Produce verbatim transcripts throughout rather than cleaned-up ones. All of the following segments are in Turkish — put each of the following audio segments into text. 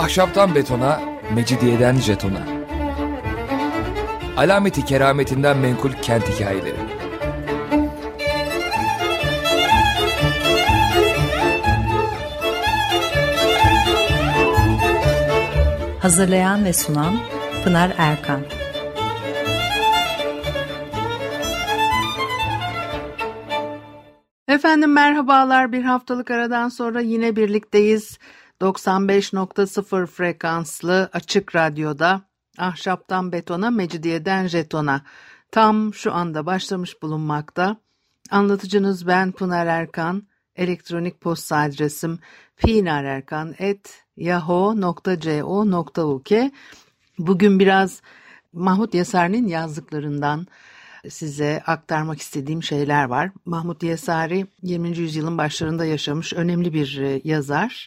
Ahşaptan betona, mecidiyeden jetona. Alameti kerametinden menkul kent hikayeleri. Hazırlayan ve sunan Pınar Erkan. Efendim merhabalar, bir haftalık aradan sonra yine birlikteyiz. doksan beş nokta sıfır frekanslı Açık Radyo'da Ahşaptan Betona, Mecidiyeden Jeton'a tam şu anda başlamış bulunmakta. Anlatıcınız ben Pınar Erkan. Elektronik posta adresim pinarerkan at yahoo nokta co nokta uk. Bugün biraz Mahmut Yesari'nin yazdıklarından size aktarmak istediğim şeyler var. Mahmut Yesari yirminci yüzyılın başlarında yaşamış önemli bir yazar.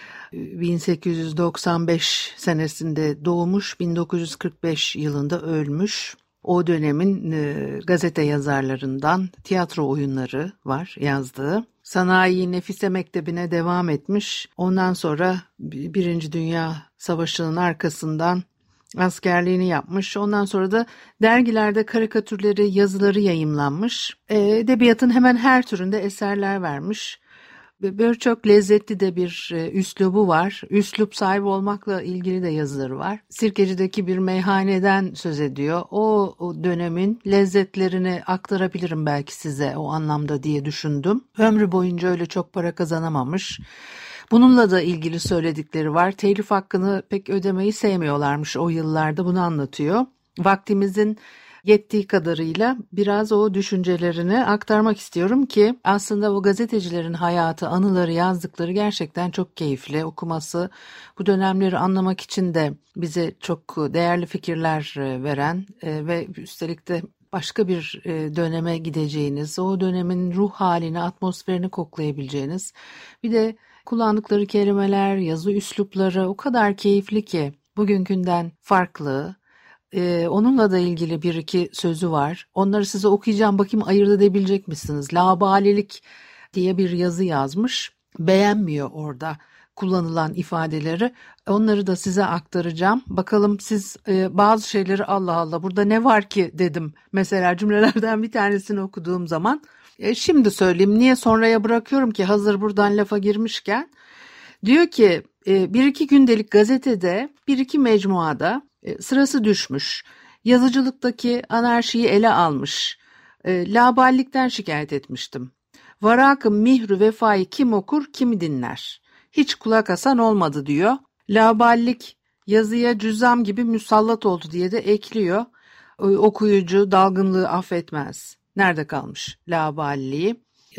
bin sekiz yüz doksan beş senesinde doğmuş, bin dokuz yüz kırk beş yılında ölmüş. O dönemin e, gazete yazarlarından, tiyatro oyunları var yazdığı. Sanayi Nefise Mektebi'ne devam etmiş. Ondan sonra Birinci Dünya Savaşı'nın arkasından askerliğini yapmış. Ondan sonra da dergilerde karikatürleri, yazıları yayımlanmış. Edebiyatın hemen her türünde eserler vermiş. Böyle çok lezzetli de bir üslubu var. Üslup sahibi olmakla ilgili de yazıları var. Sirkeci'deki bir meyhaneden söz ediyor. O, o dönemin lezzetlerini aktarabilirim belki size o anlamda diye düşündüm. Ömrü boyunca öyle çok para kazanamamış. Bununla da ilgili söyledikleri var. Telif hakkını pek ödemeyi sevmiyorlarmış o yıllarda, bunu anlatıyor. Vaktimizin yettiği kadarıyla biraz o düşüncelerini aktarmak istiyorum ki aslında o gazetecilerin hayatı, anıları, yazdıkları gerçekten çok keyifli. Okuması, bu dönemleri anlamak için de bize çok değerli fikirler veren ve üstelik de başka bir döneme gideceğiniz, o dönemin ruh halini, atmosferini koklayabileceğiniz, bir de kullandıkları kelimeler, yazı üslupları o kadar keyifli ki bugünkünden farklı. Ee, onunla da ilgili bir iki sözü var. Onları size okuyacağım, bakayım ayırt edebilecek misiniz? Labalilik diye bir yazı yazmış. Beğenmiyor orada kullanılan ifadeleri. Onları da size aktaracağım. Bakalım siz e, bazı şeyleri Allah Allah burada ne var ki dedim. Mesela cümlelerden bir tanesini okuduğum zaman. E, şimdi söyleyeyim, niye sonraya bırakıyorum ki hazır buradan lafa girmişken. Diyor ki e, bir iki gündelik gazetede, bir iki mecmuada e, sırası düşmüş. Yazıcılıktaki anarşiyi ele almış. E, laballikten şikayet etmiştim. Varakı mihrü vefayı kim okur, kimi dinler? Hiç kulak asan olmadı diyor. Laballik yazıya cüzzam gibi musallat oldu diye de ekliyor. E, okuyucu dalgınlığı affetmez. Nerede kalmış laballiği?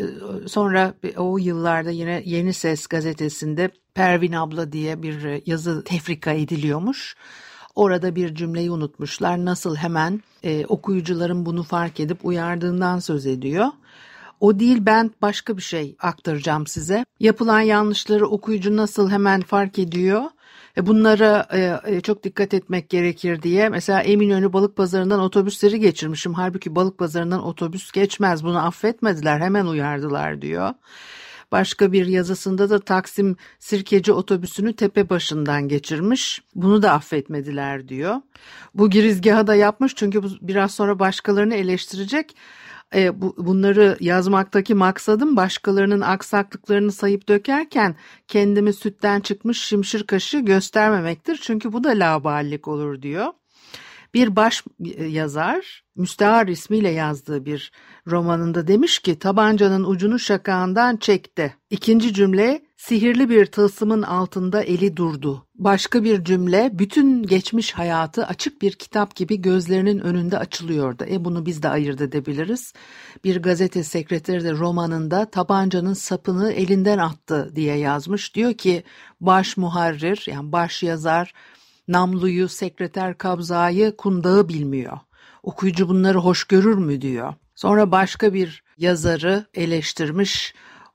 Sonra o yıllarda yine Yeni Ses gazetesinde Pervin abla diye bir yazı tefrika ediliyormuş. Orada bir cümleyi unutmuşlar. Nasıl hemen e, okuyucuların bunu fark edip uyardığından söz ediyor. O değil, ben başka bir şey aktaracağım size. Yapılan yanlışları okuyucu nasıl hemen fark ediyor. Bunlara e, çok dikkat etmek gerekir diye. Mesela Eminönü Balıkpazarı'ndan otobüsleri geçirmişim. Halbuki Balıkpazarı'ndan otobüs geçmez. Bunu affetmediler, hemen uyardılar diyor. Başka bir yazısında da Taksim Sirkeci otobüsünü tepe başından geçirmiş. Bunu da affetmediler diyor. Bu girizgahı da yapmış çünkü bu biraz sonra başkalarını eleştirecek. E, bu, bunları yazmaktaki maksadım başkalarının aksaklıklarını sayıp dökerken kendimi sütten çıkmış şimşir kaşı göstermemektir. Çünkü bu da laballik olur diyor. Bir baş yazar Müstehar ismiyle yazdığı bir romanında demiş ki tabancanın ucunu şakağından çekti. İkinci cümle sihirli bir tılsımın altında eli durdu. Başka bir cümle bütün geçmiş hayatı açık bir kitap gibi gözlerinin önünde açılıyordu. E bunu biz de ayırt edebiliriz. Bir gazete sekreteri de romanında tabancanın sapını elinden attı diye yazmış. Diyor ki baş muharrir, yani baş yazar namluyu, sekreter kabzayı, kundağı bilmiyor. Okuyucu bunları hoş görür mü diyor. Sonra başka bir yazarı eleştirmiş.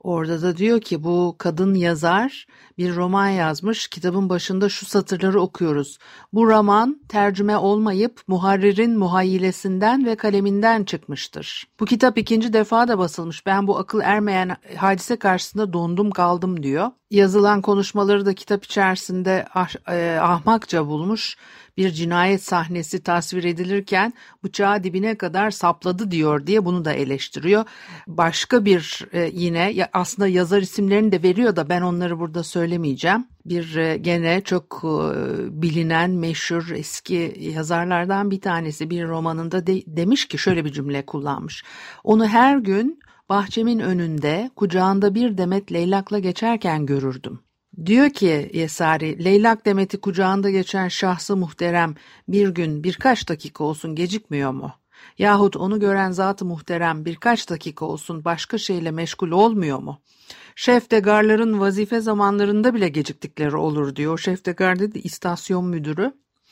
Orada da diyor ki bu kadın yazar bir roman yazmış. Kitabın başında şu satırları okuyoruz. Bu roman tercüme olmayıp muharririn muhayyilesinden ve kaleminden çıkmıştır. Bu kitap ikinci defa da basılmış. Ben bu akıl ermeyen hadise karşısında dondum kaldım diyor. Yazılan konuşmaları da kitap içerisinde ah, e, ahmakça bulmuş. Bir cinayet sahnesi tasvir edilirken bıçağı dibine kadar sapladı diyor diye bunu da eleştiriyor. Başka bir e, yine aslında yazar isimlerini de veriyor da ben onları burada söylemeyeceğim. Bir e, gene çok e, bilinen meşhur eski yazarlardan bir tanesi bir romanında de, demiş ki şöyle bir cümle kullanmış. Onu her gün bahçemin önünde kucağında bir demet leylakla geçerken görürdüm. Diyor ki Yesari, leylak demeti kucağında geçen şahsı muhterem bir gün birkaç dakika olsun gecikmiyor mu? Yahut onu gören zat-ı muhterem birkaç dakika olsun başka şeyle meşgul olmuyor mu? Şeftegarların vazife zamanlarında bile geciktikleri olur diyor. Şeftegar dedi istasyon müdürü.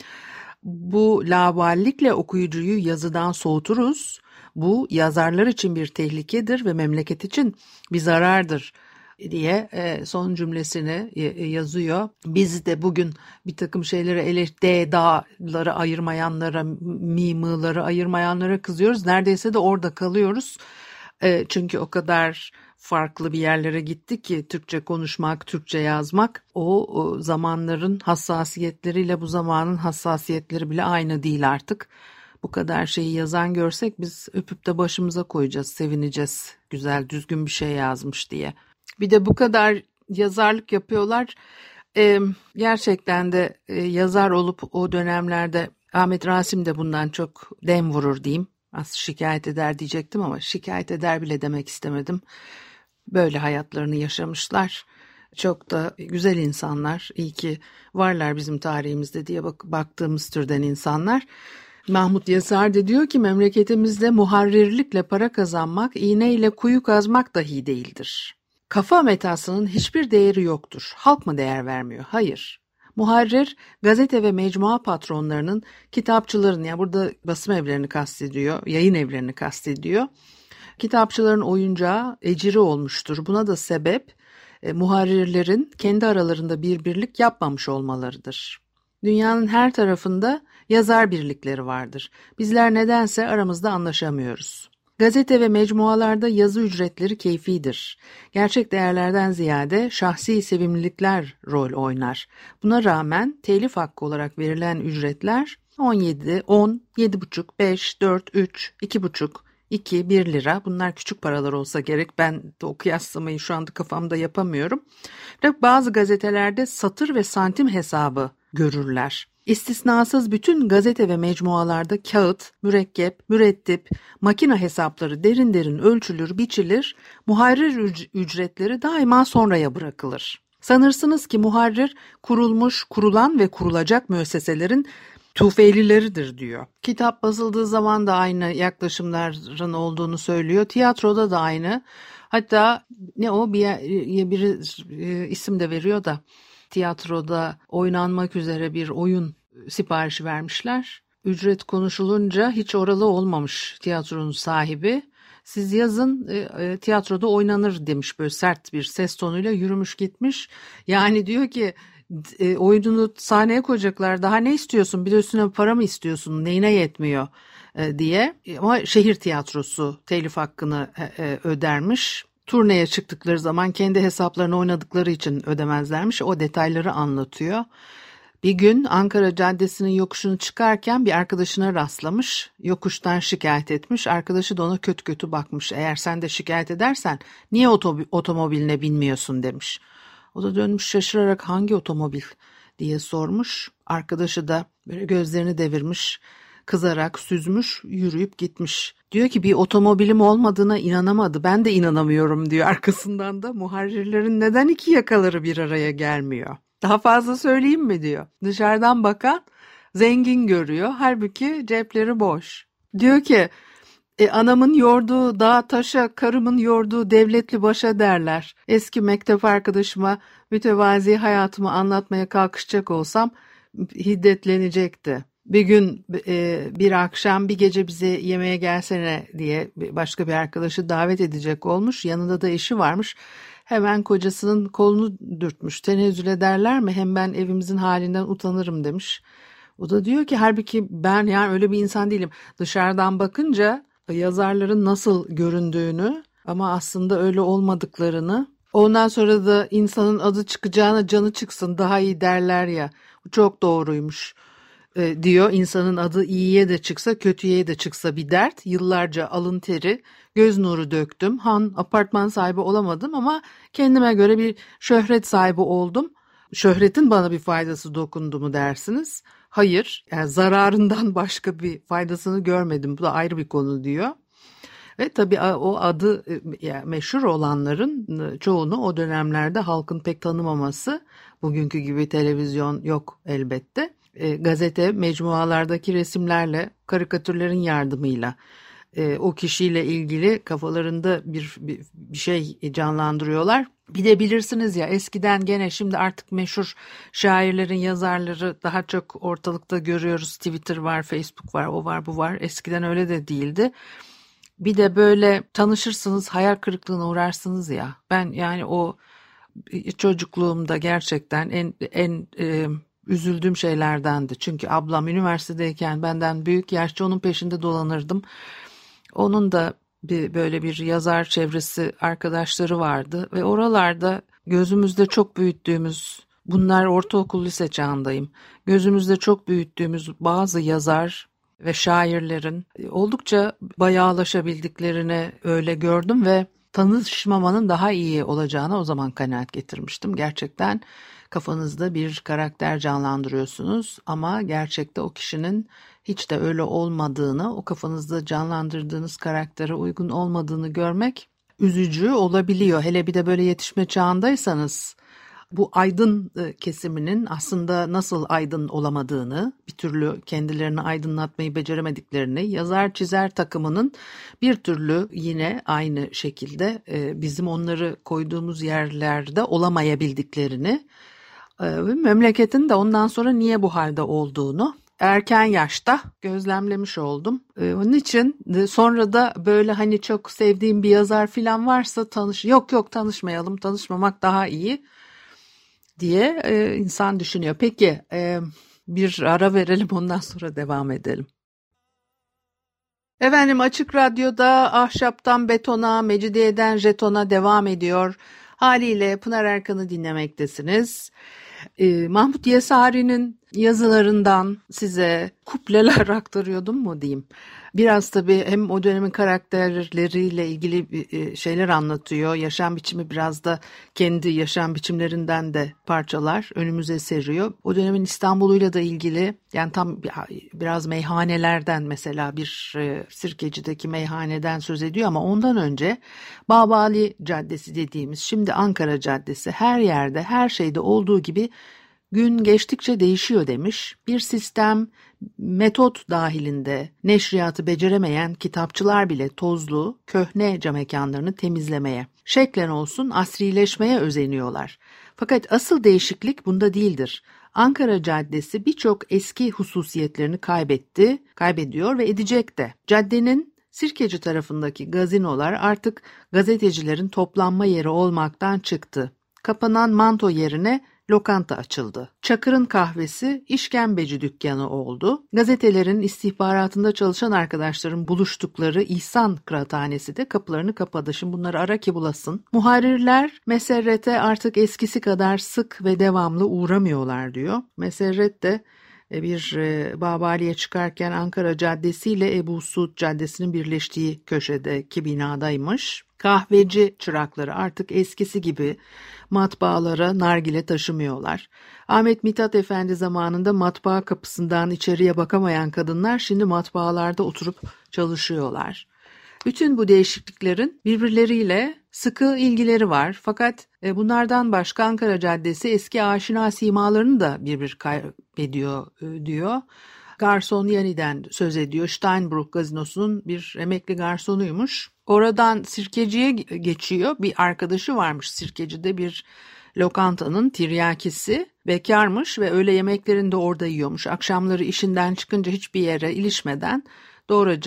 Bu laballikle okuyucuyu yazıdan soğuturuz. Bu yazarlar için bir tehlikedir ve memleket için bir zarardır diye son cümlesini yazıyor. Biz de bugün bir takım şeyleri eleş, D, da'ları ayırmayanlara, mi, mı'ları ayırmayanlara kızıyoruz. Neredeyse de orada kalıyoruz. Çünkü o kadar farklı bir yerlere gitti ki Türkçe konuşmak, Türkçe yazmak o, o zamanların hassasiyetleriyle bu zamanın hassasiyetleri bile aynı değil artık. Bu kadar şeyi yazan görsek biz öpüp de başımıza koyacağız, sevineceğiz. Güzel, düzgün bir şey yazmış diye. Bir de bu kadar yazarlık yapıyorlar. Ee, gerçekten de e, yazar olup o dönemlerde Ahmet Rasim de bundan çok dem vurur diyeyim. Az şikayet eder diyecektim ama şikayet eder bile demek istemedim. Böyle hayatlarını yaşamışlar. Çok da güzel insanlar. İyi ki varlar bizim tarihimizde diye bak- baktığımız türden insanlar. Mahmut Yasar da diyor ki memleketimizde muharrirlikle para kazanmak, iğneyle kuyu kazmak dahi değildir. Kafa metasının hiçbir değeri yoktur. Halk mı değer vermiyor? Hayır. Muharrir, gazete ve mecmua patronlarının, kitapçıların, yani burada basım evlerini kastediyor, yayın evlerini kastediyor. Kitapçıların oyuncağı, eciri olmuştur. Buna da sebep e, muharrirlerin kendi aralarında bir birlik yapmamış olmalarıdır. Dünyanın her tarafında yazar birlikleri vardır. Bizler nedense aramızda anlaşamıyoruz. Gazete ve mecmualarda yazı ücretleri keyfidir. Gerçek değerlerden ziyade şahsi sevimlilikler rol oynar. Buna rağmen telif hakkı olarak verilen ücretler on yedi, on, yedi buçuk, beş, dört, üç, iki buçuk, iki, bir lira. Bunlar küçük paralar olsa gerek. Ben de o kıyaslamayı şu anda kafamda yapamıyorum. Ve bazı gazetelerde satır ve santim hesabı görürler. İstisnasız bütün gazete ve mecmualarda kağıt, mürekkep, mürettip, makine hesapları derin derin ölçülür, biçilir, muharrir ücretleri daima sonraya bırakılır. Sanırsınız ki muharrir kurulmuş, kurulan ve kurulacak müesseselerin tufelileridir diyor. Kitap basıldığı zaman da aynı yaklaşımların olduğunu söylüyor. Tiyatroda da aynı. Hatta ne o bir, bir, bir isim de veriyor da tiyatroda oynanmak üzere bir oyun siparişi vermişler. Ücret konuşulunca hiç oralı olmamış tiyatronun sahibi. Siz yazın e, tiyatroda oynanır demiş, böyle sert bir ses tonuyla yürümüş gitmiş. Yani diyor ki e, oyununu sahneye koyacaklar, daha ne istiyorsun, bir de üstüne para mı istiyorsun, neyine yetmiyor e, diye. Ama şehir tiyatrosu telif hakkını e, e, ödermiş. Turneye çıktıkları zaman kendi hesaplarını oynadıkları için ödemezlermiş. O detayları anlatıyor. Bir gün Ankara Caddesi'nin yokuşunu çıkarken bir arkadaşına rastlamış. Yokuştan şikayet etmiş. Arkadaşı da ona kötü kötü bakmış. Eğer sen de şikayet edersen niye otob- otomobiline binmiyorsun demiş. O da dönmüş şaşırarak hangi otomobil diye sormuş. Arkadaşı da böyle gözlerini devirmiş. Kızarak süzmüş, yürüyüp gitmiş. Diyor ki bir otomobilim olmadığına inanamadı. Ben de inanamıyorum diyor. Arkasından da muharrirlerin neden iki yakaları bir araya gelmiyor? Daha fazla söyleyeyim mi diyor. Dışarıdan bakan zengin görüyor. Halbuki cepleri boş. Diyor ki e, anamın yorduğu dağ taşa, karımın yorduğu devletli başa derler. Eski mektep arkadaşıma mütevazi hayatımı anlatmaya kalkışacak olsam hiddetlenecekti. Bir gün e, bir akşam bir gece bize yemeğe gelsene diye başka bir arkadaşı davet edecek olmuş. Yanında da eşi varmış. hemen kocasının kolunu dürtmüş. Tenezzül ederler mi? Hem ben evimizin halinden utanırım demiş. O da diyor ki halbuki ben yani öyle bir insan değilim. Dışarıdan bakınca yazarların nasıl göründüğünü ama aslında öyle olmadıklarını, ondan sonra da insanın adı çıkacağına canı çıksın daha iyi derler ya. Bu çok doğruymuş e, diyor. İnsanın adı iyiye de çıksa kötüye de çıksa bir dert. Yıllarca alın teri, göz nuru döktüm. Han apartman sahibi olamadım ama kendime göre bir şöhret sahibi oldum. Şöhretin bana bir faydası dokundu mu dersiniz? Hayır, yani zararından başka bir faydasını görmedim. Bu da ayrı bir konu diyor. Ve tabii o adı yani meşhur olanların çoğunu o dönemlerde halkın pek tanımaması, bugünkü gibi televizyon yok elbette. E, gazete, mecmualardaki resimlerle, karikatürlerin yardımıyla e, o kişiyle ilgili kafalarında bir, bir, bir şey canlandırıyorlar. Bir de bilirsiniz ya eskiden gene şimdi artık meşhur şairlerin yazarları daha çok ortalıkta görüyoruz. Twitter var, Facebook var, o var, bu var. Eskiden öyle de değildi. Bir de böyle tanışırsınız, hayal kırıklığına uğrarsınız ya. Ben yani o çocukluğumda gerçekten en en e, üzüldüğüm şeylerdendi. Çünkü ablam üniversitedeyken benden büyük, yaşça onun peşinde dolanırdım. Onun da bir böyle bir yazar çevresi arkadaşları vardı ve oralarda gözümüzde çok büyüttüğümüz, bunlar ortaokul lise çağındayım, gözümüzde çok büyüttüğümüz bazı yazar ve şairlerin oldukça bayağılaşabildiklerini öyle gördüm ve tanışmamanın daha iyi olacağına o zaman kanaat getirmiştim. Gerçekten kafanızda bir karakter canlandırıyorsunuz ama gerçekte o kişinin hiç de öyle olmadığını, o kafanızda canlandırdığınız karaktere uygun olmadığını görmek üzücü olabiliyor. Hele bir de böyle yetişme çağındaysanız bu aydın kesiminin aslında nasıl aydın olamadığını, bir türlü kendilerini aydınlatmayı beceremediklerini, yazar çizer takımının bir türlü yine aynı şekilde bizim onları koyduğumuz yerlerde olamayabildiklerini ve memleketin de ondan sonra niye bu halde olduğunu erken yaşta gözlemlemiş oldum. Onun için sonra da böyle hani çok sevdiğim bir yazar falan varsa tanış, yok yok tanışmayalım, tanışmamak daha iyi diye e, insan düşünüyor. Peki e, bir ara verelim, ondan sonra devam edelim. Efendim Açık Radyo'da Ahşaptan Betona, Mecidiyeden Jeton'a devam ediyor. Haliyle Pınar Erkan'ı dinlemektesiniz. E, Mahmut Yesari'nin yazılarından size kupleler aktarıyordum mu diyeyim. Biraz tabii hem o dönemin karakterleriyle ilgili şeyler anlatıyor. Yaşam biçimi biraz da kendi yaşam biçimlerinden de parçalar önümüze seriyor. O dönemin İstanbul'uyla da ilgili, yani tam biraz meyhanelerden, mesela bir Sirkeci'deki meyhaneden söz ediyor ama ondan önce Babali Caddesi dediğimiz, şimdi Ankara Caddesi, her yerde her şeyde olduğu gibi gün geçtikçe değişiyor demiş. Bir sistem, metot dahilinde neşriyatı beceremeyen kitapçılar bile tozlu, köhne camekanlarını temizlemeye, şeklen olsun asrileşmeye özeniyorlar. Fakat asıl değişiklik bunda değildir. Ankara Caddesi birçok eski hususiyetlerini kaybetti, kaybediyor ve edecek de. Caddenin Sirkeci tarafındaki gazinolar artık gazetecilerin toplanma yeri olmaktan çıktı. Kapanan manto yerine lokanta açıldı. Çakır'ın kahvesi işkembeci dükkanı oldu. Gazetelerin istihbaratında çalışan arkadaşların buluştukları İhsan Kıraathanesi de kapılarını kapadı. Şimdi bunları ara ki bulasın. Muharrirler Meserret'e artık eskisi kadar sık ve devamlı uğramıyorlar diyor. Meserret de bir Babali'ye çıkarken Ankara Caddesi ile Ebu Suud Caddesi'nin birleştiği köşedeki binadaymış. Kahveci çırakları artık eskisi gibi matbaalara nargile taşımıyorlar. Ahmet Mithat Efendi zamanında matbaa kapısından içeriye bakamayan kadınlar şimdi matbaalarda oturup çalışıyorlar. Bütün bu değişikliklerin birbirleriyle sıkı ilgileri var. Fakat bunlardan başka Ankara Caddesi eski aşina simalarını da birbir kaybediyor diyor. Garson Yani'den söz ediyor. Steinbrück gazinosunun bir emekli garsonuymuş. Oradan Sirkeci'ye geçiyor. Bir arkadaşı varmış Sirkeci'de, bir lokantanın tiryakisi. Bekarmış ve öğle yemeklerini de orada yiyormuş. Akşamları işinden çıkınca hiçbir yere ilişmeden doğruca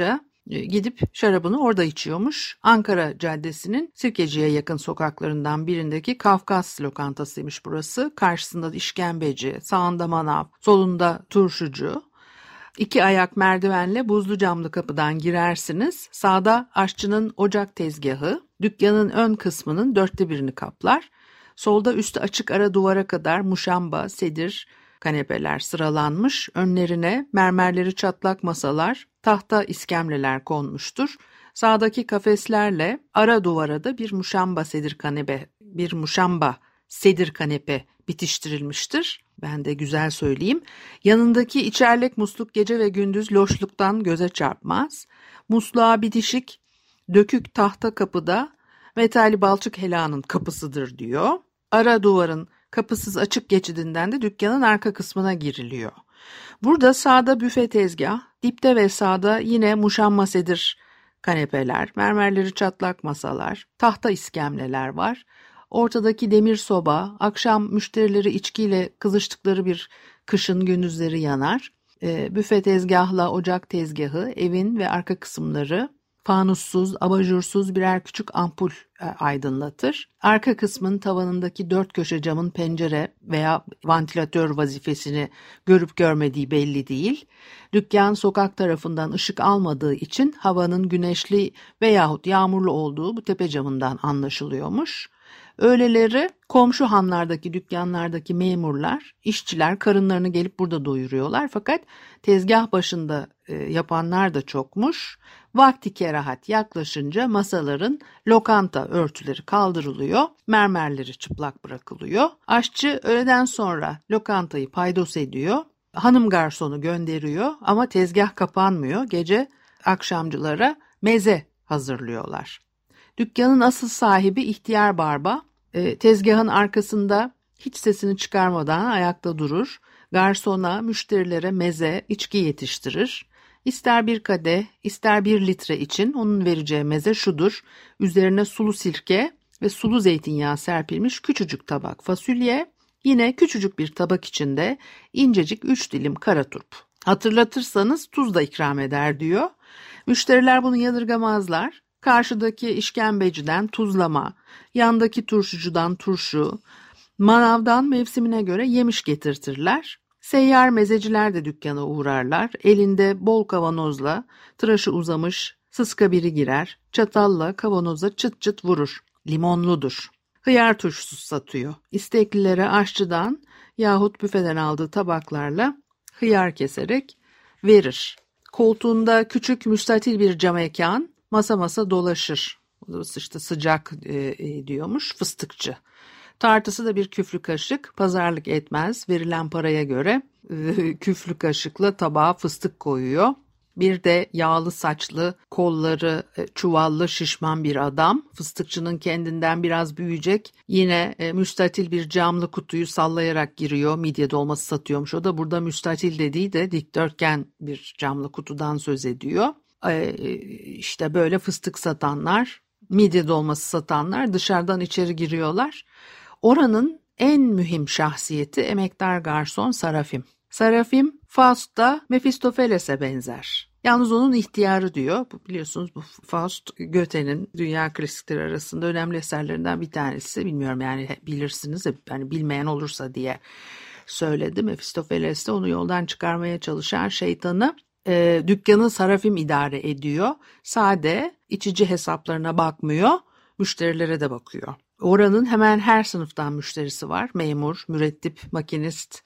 Gidip şarabını orada içiyormuş. Ankara Caddesi'nin Sirkeci'ye yakın sokaklarından birindeki Kafkas lokantasıymış burası. Karşısında işkembeci, sağında manav, solunda turşucu. İki ayak merdivenle buzlu camlı kapıdan girersiniz. Sağda aşçının ocak tezgahı, dükkanın ön kısmının dörtte birini kaplar. Solda üstü açık ara duvara kadar muşamba, sedir, kanepeler sıralanmış. Önlerine mermerleri çatlak masalar, tahta iskemleler konmuştur. Sağdaki kafeslerle ara duvara da bir muşamba sedir kanepe, bir muşamba sedir kanepe bitiştirilmiştir. Ben de güzel söyleyeyim. Yanındaki içerlek musluk gece ve gündüz loşluktan göze çarpmaz. Musluğa bitişik dökük tahta kapıda metali balçık helanın kapısıdır diyor. Ara duvarın kapısız açık geçidinden de dükkanın arka kısmına giriliyor. Burada sağda büfe tezgah, dipte ve sağda yine muşamba sedir kanepeler, mermerleri çatlak masalar, tahta iskemleler var. Ortadaki demir soba, akşam müşterileri içkiyle kızıştıkları bir kışın gündüzleri yanar. E, büfe tezgahla ocak tezgahı, evin ve arka kısımları fanussuz, abajursuz birer küçük ampul e, aydınlatır. Arka kısmın tavanındaki dört köşe camın pencere veya vantilatör vazifesini görüp görmediği belli değil. Dükkan sokak tarafından ışık almadığı için havanın güneşli veyahut yağmurlu olduğu bu tepe camından anlaşılıyormuş. Öğleleri komşu hanlardaki dükkanlardaki memurlar, işçiler karınlarını gelip burada doyuruyorlar. Fakat tezgah başında e, yapanlar da çokmuş. Vakti kerahat yaklaşınca masaların lokanta örtüleri kaldırılıyor, mermerleri çıplak bırakılıyor. Aşçı öğleden sonra lokantayı paydos ediyor, hanım garsonu gönderiyor ama tezgah kapanmıyor. Gece akşamcılara meze hazırlıyorlar. Dükkanın asıl sahibi ihtiyar barba, e, tezgahın arkasında hiç sesini çıkarmadan ayakta durur. Garsona, müşterilere meze, içki yetiştirir. İster bir kadeh, ister bir litre için onun vereceği meze şudur. Üzerine sulu sirke ve sulu zeytinyağı serpilmiş küçücük tabak fasulye, yine küçücük bir tabak içinde incecik üç dilim kara turp. Hatırlatırsanız tuz da ikram eder diyor. Müşteriler bunu yadırgamazlar. Karşıdaki işkembeciden tuzlama, yandaki turşucudan turşu, manavdan mevsimine göre yemiş getirtirler. Seyyar mezeciler de dükkana uğrarlar. Elinde bol kavanozla tıraşı uzamış sıska biri girer. Çatalla kavanoza çıt çıt vurur. Limonludur. Hıyar turşusu satıyor. İsteklilere aşçıdan yahut büfeden aldığı tabaklarla hıyar keserek verir. Koltuğunda küçük müstakil bir cam mekan, masa masa dolaşır. İşte sıcak e, diyormuş fıstıkçı. Tartısı da bir küflü kaşık, pazarlık etmez. Verilen paraya göre e, küflü kaşıkla tabağa fıstık koyuyor. Bir de yağlı saçlı, kolları e, çuvallı şişman bir adam. Fıstıkçının kendinden biraz büyüyecek. Yine e, müstatil bir camlı kutuyu sallayarak giriyor. Midye dolması satıyormuş. O da burada müstatil dediği de dikdörtgen bir camlı kutudan söz ediyor. E, işte böyle fıstık satanlar, midye dolması satanlar dışarıdan içeri giriyorlar. Oranın en mühim şahsiyeti emektar garson Sarafim. Sarafim Faust'ta Mefistofeles'e benzer. Yalnız onun ihtiyarı diyor. Biliyorsunuz bu Faust Goethe'nin dünya klasikleri arasında önemli eserlerinden bir tanesi. Bilmiyorum yani bilirsiniz yani bilmeyen olursa diye söyledi. Mefistofeles de onu yoldan çıkarmaya çalışan şeytanı e, dükkanı Sarafim idare ediyor. Sade içici hesaplarına bakmıyor, müşterilere de bakıyor. Oranın hemen her sınıftan müşterisi var. Memur, mürettip, makinist,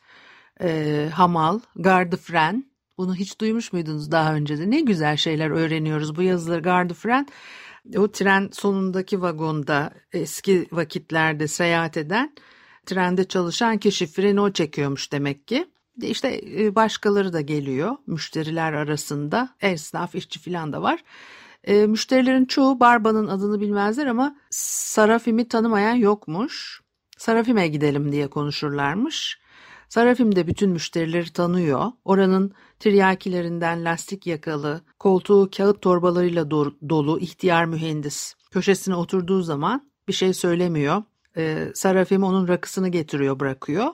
e, hamal, gardefren. Bunu hiç duymuş muydunuz daha önce de? Ne güzel şeyler öğreniyoruz bu yazıları. Gardefren, o tren sonundaki vagonda eski vakitlerde seyahat eden, trende çalışan kişi freni o çekiyormuş demek ki. İşte başkaları da geliyor müşteriler arasında. Esnaf, işçi falan da var. E, müşterilerin çoğu Barba'nın adını bilmezler ama Sarafim'i tanımayan yokmuş. Sarafim'e gidelim diye konuşurlarmış. Sarafim de bütün müşterileri tanıyor. Oranın tiryakilerinden lastik yakalı, koltuğu kağıt torbalarıyla dolu ihtiyar mühendis. Köşesine oturduğu zaman bir şey söylemiyor. E, Sarafim onun rakısını getiriyor, bırakıyor.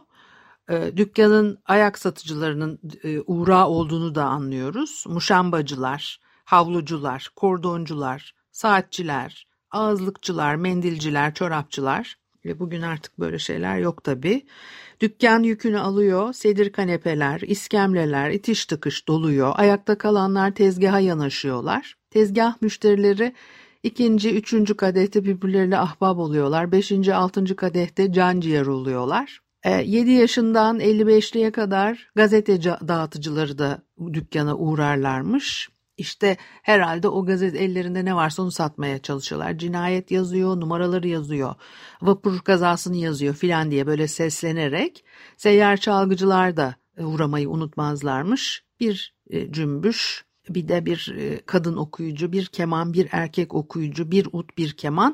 E, dükkanın ayak satıcılarının e, uğrağı olduğunu da anlıyoruz. Muşambacılar, havlucular, kordoncular, saatçiler, ağızlıkçılar, mendilciler, çorapçılar. Ve bugün artık böyle şeyler yok tabii. Dükkan yükünü alıyor, sedir kanepeler, iskemleler, itiş tıkış doluyor. Ayakta kalanlar tezgaha yanaşıyorlar. Tezgah müşterileri ikinci, üçüncü kadehte birbirleriyle ahbap oluyorlar. Beşinci, altıncı kadehte canciğer oluyorlar. yedi yaşından elli beşliye kadar gazete dağıtıcıları da dükkana uğrarlarmış. İşte herhalde o gazete ellerinde ne varsa onu satmaya çalışıyorlar. Cinayet yazıyor, numaraları yazıyor, vapur kazasını yazıyor filan diye böyle seslenerek. Seyyar çalgıcılar da uğramayı unutmazlarmış. Bir cümbüş, bir de bir kadın okuyucu, bir keman, bir erkek okuyucu, bir ut, bir keman.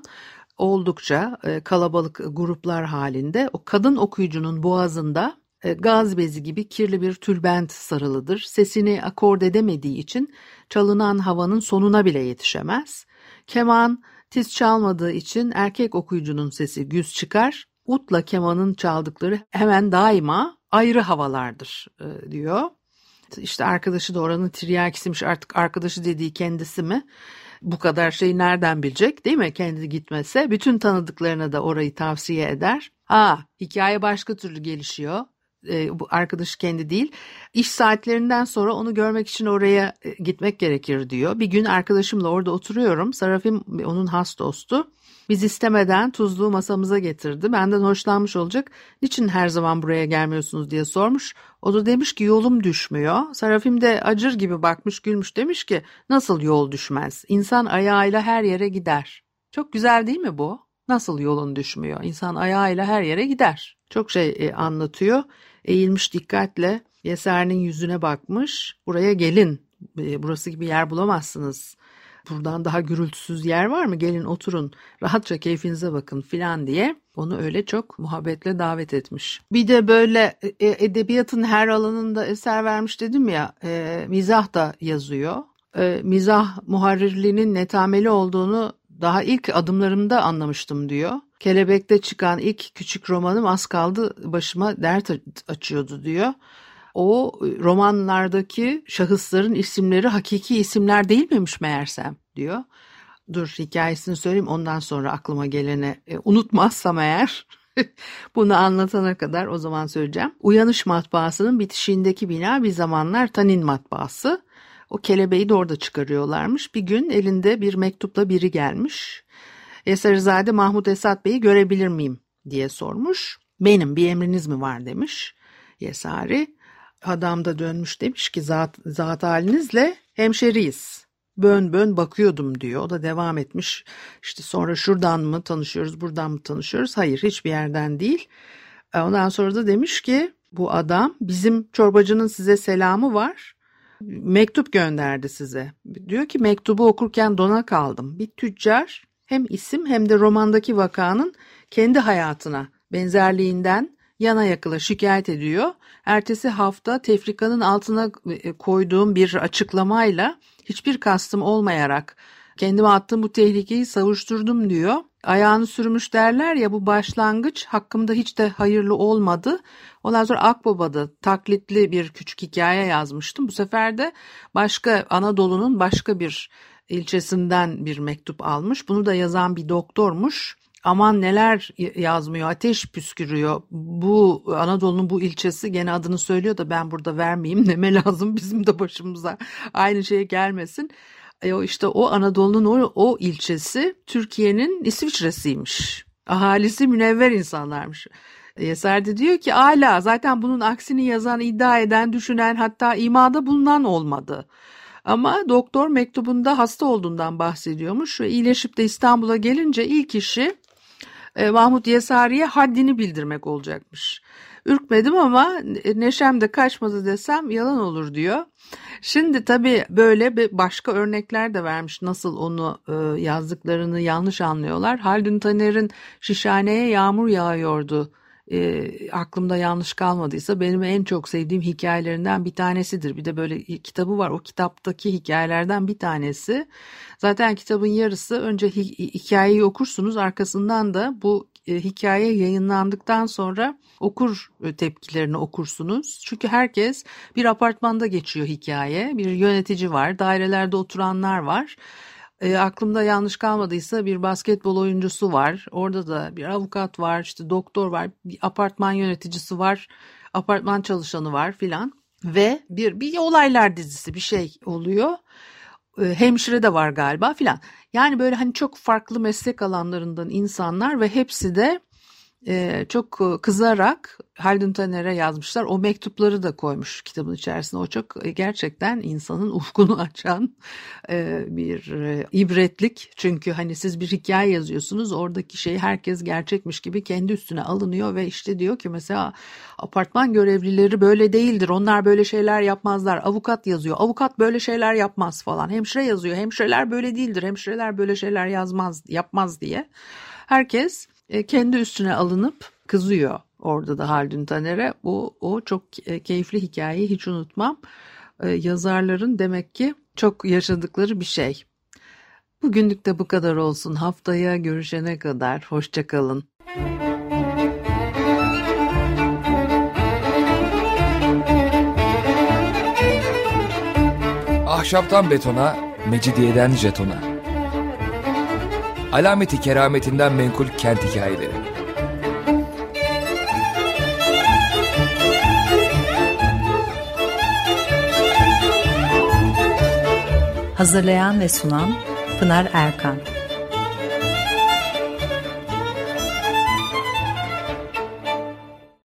Oldukça kalabalık gruplar halinde o kadın okuyucunun boğazında gaz bezi gibi kirli bir tülbent sarılıdır. Sesini akord edemediği için çalınan havanın sonuna bile yetişemez. Keman tiz çalmadığı için erkek okuyucunun sesi güz çıkar. Utla kemanın çaldıkları hemen daima ayrı havalardır diyor. İşte arkadaşı da oranın tiryakisiymiş, artık arkadaşı dediği kendisi mi? Bu kadar şeyi nereden bilecek, değil mi? Kendi gitmese bütün tanıdıklarına da orayı tavsiye eder. Ha, hikaye başka türlü gelişiyor. E, bu arkadaşı kendi değil. İş saatlerinden sonra onu görmek için oraya e, gitmek gerekir diyor. Bir gün arkadaşımla orada oturuyorum. Sarafim onun has dostu. Biz istemeden tuzluğu masamıza getirdi. Benden hoşlanmış olacak. Niçin her zaman buraya gelmiyorsunuz diye sormuş. O da demiş ki yolum düşmüyor. Sarafim de acır gibi bakmış, gülmüş, demiş ki nasıl yol düşmez? İnsan ayağıyla her yere gider. Çok güzel değil mi bu? Nasıl yolun düşmüyor? İnsan ayağıyla her yere gider. Çok şey e, anlatıyor. Eğilmiş dikkatle Yeser'in yüzüne bakmış. Buraya gelin. E, burası gibi yer bulamazsınız. Buradan daha gürültüsüz yer var mı? Gelin oturun, rahatça keyfinize bakın filan diye onu öyle çok muhabbetle davet etmiş. Bir de böyle e, edebiyatın her alanında eser vermiş dedim ya, e, mizah da yazıyor. E, mizah muharrirliğinin netameli olduğunu daha ilk adımlarımda anlamıştım diyor. Kelebek'te çıkan ilk küçük romanım az kaldı başıma dert açıyordu diyor. O romanlardaki şahısların isimleri hakiki isimler değil miymiş meğersem diyor. Dur hikayesini söyleyeyim, ondan sonra aklıma geleni e, unutmazsam eğer bunu anlatana kadar o zaman söyleyeceğim. Uyanış Matbaası'nın bitişiğindeki bina bir zamanlar Tanin Matbaası. O kelebeği de orada çıkarıyorlarmış. Bir gün elinde bir mektupla biri gelmiş. Eserizade Mahmud Esat Bey'i görebilir miyim diye sormuş. Benim, bir emriniz mi var demiş Yesari. Adam da dönmüş demiş ki zat, zat halinizle hemşeriyiz. Bön bön bakıyordum diyor. O da devam etmiş. İşte sonra şuradan mı tanışıyoruz, buradan mı tanışıyoruz? Hayır, hiçbir yerden değil. Ondan sonra da demiş ki bu adam bizim çorbacının size selamı var. Mektup gönderdi size. Diyor ki mektubu okurken dona kaldım. Bir tüccar hem isim hem de romandaki vakanın kendi hayatına benzerliğinden yana yakıla şikayet ediyor. Ertesi hafta tefrikanın altına koyduğum bir açıklamayla hiçbir kastım olmayarak kendime attığım bu tehlikeyi savuşturdum diyor. Ayağını sürmüş derler ya, bu başlangıç hakkımda hiç de hayırlı olmadı. Ondan sonra Akbaba'da taklitli bir küçük hikaye yazmıştım. Bu sefer de başka Anadolu'nun başka bir ilçesinden bir mektup almış. Bunu da yazan bir doktormuş. Aman neler yazmıyor, ateş püskürüyor. Bu Anadolu'nun bu ilçesi, gene adını söylüyor da ben burada vermeyeyim, neme lazım bizim de başımıza aynı şey gelmesin. E o işte o Anadolu'nun o, o ilçesi Türkiye'nin İsviçre'siymiş. Ahalisi münevver insanlarmış. Yeser de diyor ki ala zaten bunun aksini yazan, iddia eden, düşünen, hatta imada bulunan olmadı. Ama doktor mektubunda hasta olduğundan bahsediyormuş ve iyileşip de İstanbul'a gelince ilk işi e, Mahmud Yesari'ye haddini bildirmek olacakmış. Ürkmedim ama neşem de kaçmadı desem yalan olur diyor. Şimdi tabii böyle başka örnekler de vermiş, nasıl onu e, yazdıklarını yanlış anlıyorlar. Haldun Taner'in Şişhane'ye yağmur yağıyordu e, aklımda yanlış kalmadıysa benim en çok sevdiğim hikayelerinden bir tanesidir. Bir de böyle kitabı var. O kitaptaki hikayelerden bir tanesi. Zaten kitabın yarısı önce hi- hikayeyi okursunuz, arkasından da bu e, hikaye yayınlandıktan sonra okur e, tepkilerini okursunuz. Çünkü herkes bir apartmanda geçiyor hikaye. Bir yönetici var, dairelerde oturanlar var. E, aklımda yanlış kalmadıysa bir basketbol oyuncusu var. Orada da bir avukat var, işte doktor var, bir apartman yöneticisi var, apartman çalışanı var filan. Ve bir bir olaylar dizisi bir şey oluyor. E, hemşire de var galiba filan. Yani böyle hani çok farklı meslek alanlarından insanlar ve hepsi de Ee, çok kızarak Haldun Taner'e yazmışlar. O mektupları da koymuş kitabın içerisine. O çok gerçekten insanın ufkunu açan e, bir e, ibretlik. Çünkü hani siz bir hikaye yazıyorsunuz. Oradaki şey herkes gerçekmiş gibi kendi üstüne alınıyor ve işte diyor ki mesela apartman görevlileri böyle değildir. Onlar böyle şeyler yapmazlar. Avukat yazıyor. Avukat böyle şeyler yapmaz falan. Hemşire yazıyor. Hemşireler böyle değildir. Hemşireler böyle şeyler yazmaz, yapmaz diye. Herkes kendi üstüne alınıp kızıyor orada da Haldun Taner'e. O, o çok keyifli hikayeyi hiç unutmam. Yazarların demek ki çok yaşadıkları bir şey. Bugünlük de bu kadar olsun. Haftaya görüşene kadar hoşça kalın. Ahşaptan betona, mecidiyeden jetona. Alameti kerametinden menkul kent hikayeleri. Hazırlayan ve sunan Pınar Erkan.